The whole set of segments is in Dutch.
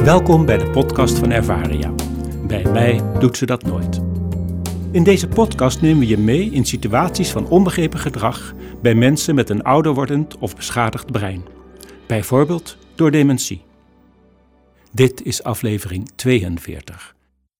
Welkom bij de podcast van Ervaria. Bij mij doet ze dat nooit. In deze podcast nemen we je mee in situaties van onbegrepen gedrag bij mensen met een ouder wordend of beschadigd brein. Bijvoorbeeld door dementie. Dit is aflevering 42.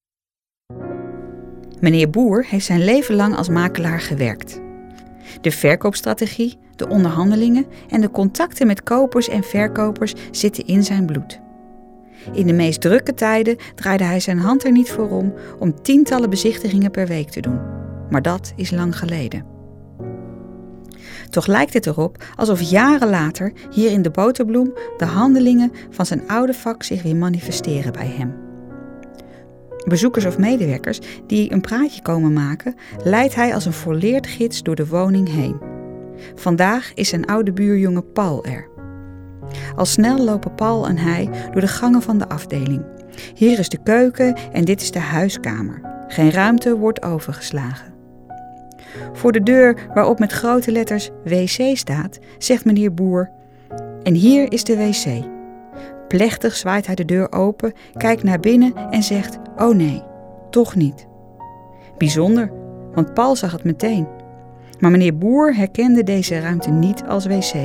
Meneer Boer heeft zijn leven lang als makelaar gewerkt. De verkoopstrategie, de onderhandelingen en de contacten met kopers en verkopers zitten in zijn bloed. In de meest drukke tijden draaide hij zijn hand er niet voor om tientallen bezichtigingen per week te doen. Maar dat is lang geleden. Toch lijkt het erop alsof jaren later hier in de Boterbloem de handelingen van zijn oude vak zich weer manifesteren bij hem. Bezoekers of medewerkers die een praatje komen maken, leidt hij als een volleerd gids door de woning heen. Vandaag is zijn oude buurjongen Paul er. Al snel lopen Paul en hij door de gangen van de afdeling. Hier is de keuken en dit is de huiskamer. Geen ruimte wordt overgeslagen. Voor de deur waarop met grote letters wc staat, zegt meneer Boer: en hier is de wc. Plechtig zwaait hij de deur open, kijkt naar binnen en zegt: oh nee, toch niet. Bijzonder, want Paul zag het meteen. Maar meneer Boer herkende deze ruimte niet als wc.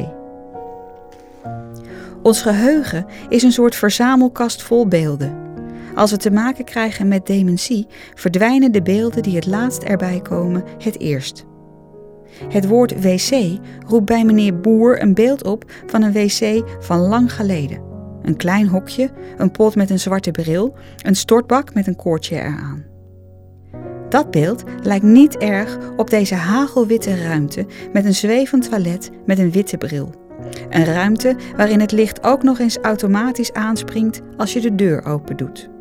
Ons geheugen is een soort verzamelkast vol beelden. Als we te maken krijgen met dementie, verdwijnen de beelden die het laatst erbij komen het eerst. Het woord wc roept bij meneer Boer een beeld op van een wc van lang geleden. Een klein hokje, een pot met een zwarte bril, een stortbak met een koordje eraan. Dat beeld lijkt niet erg op deze hagelwitte ruimte met een zwevend toilet met een witte bril. Een ruimte waarin het licht ook nog eens automatisch aanspringt als je de deur open doet.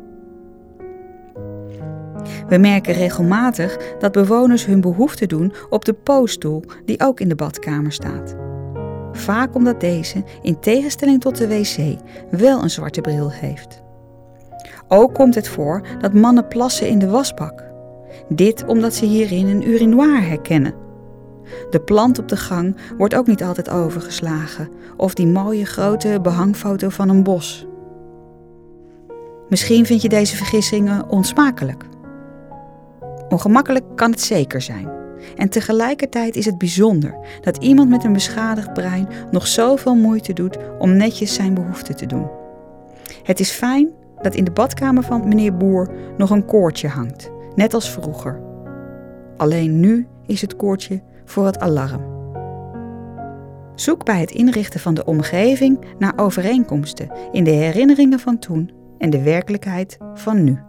We merken regelmatig dat bewoners hun behoefte doen op de poosstoel die ook in de badkamer staat. Vaak omdat deze, in tegenstelling tot de wc, wel een zwarte bril heeft. Ook komt het voor dat mannen plassen in de wasbak. Dit omdat ze hierin een urinoir herkennen. De plant op de gang wordt ook niet altijd overgeslagen, of die mooie grote behangfoto van een bos. Misschien vind je deze vergissingen onsmakelijk. Ongemakkelijk kan het zeker zijn. En tegelijkertijd is het bijzonder dat iemand met een beschadigd brein nog zoveel moeite doet om netjes zijn behoeften te doen. Het is fijn dat in de badkamer van meneer Boer nog een koordje hangt, net als vroeger. Alleen nu is het koordje voor het alarm. Zoek bij het inrichten van de omgeving naar overeenkomsten in de herinneringen van toen en de werkelijkheid van nu.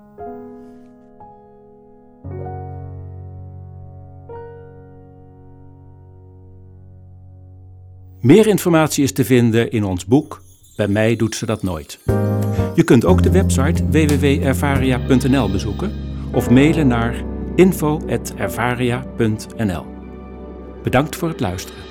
Meer informatie is te vinden in ons boek Bij mij doet ze dat nooit. Je kunt ook de website www.ervaria.nl bezoeken of mailen naar info@ervaria.nl. Bedankt voor het luisteren.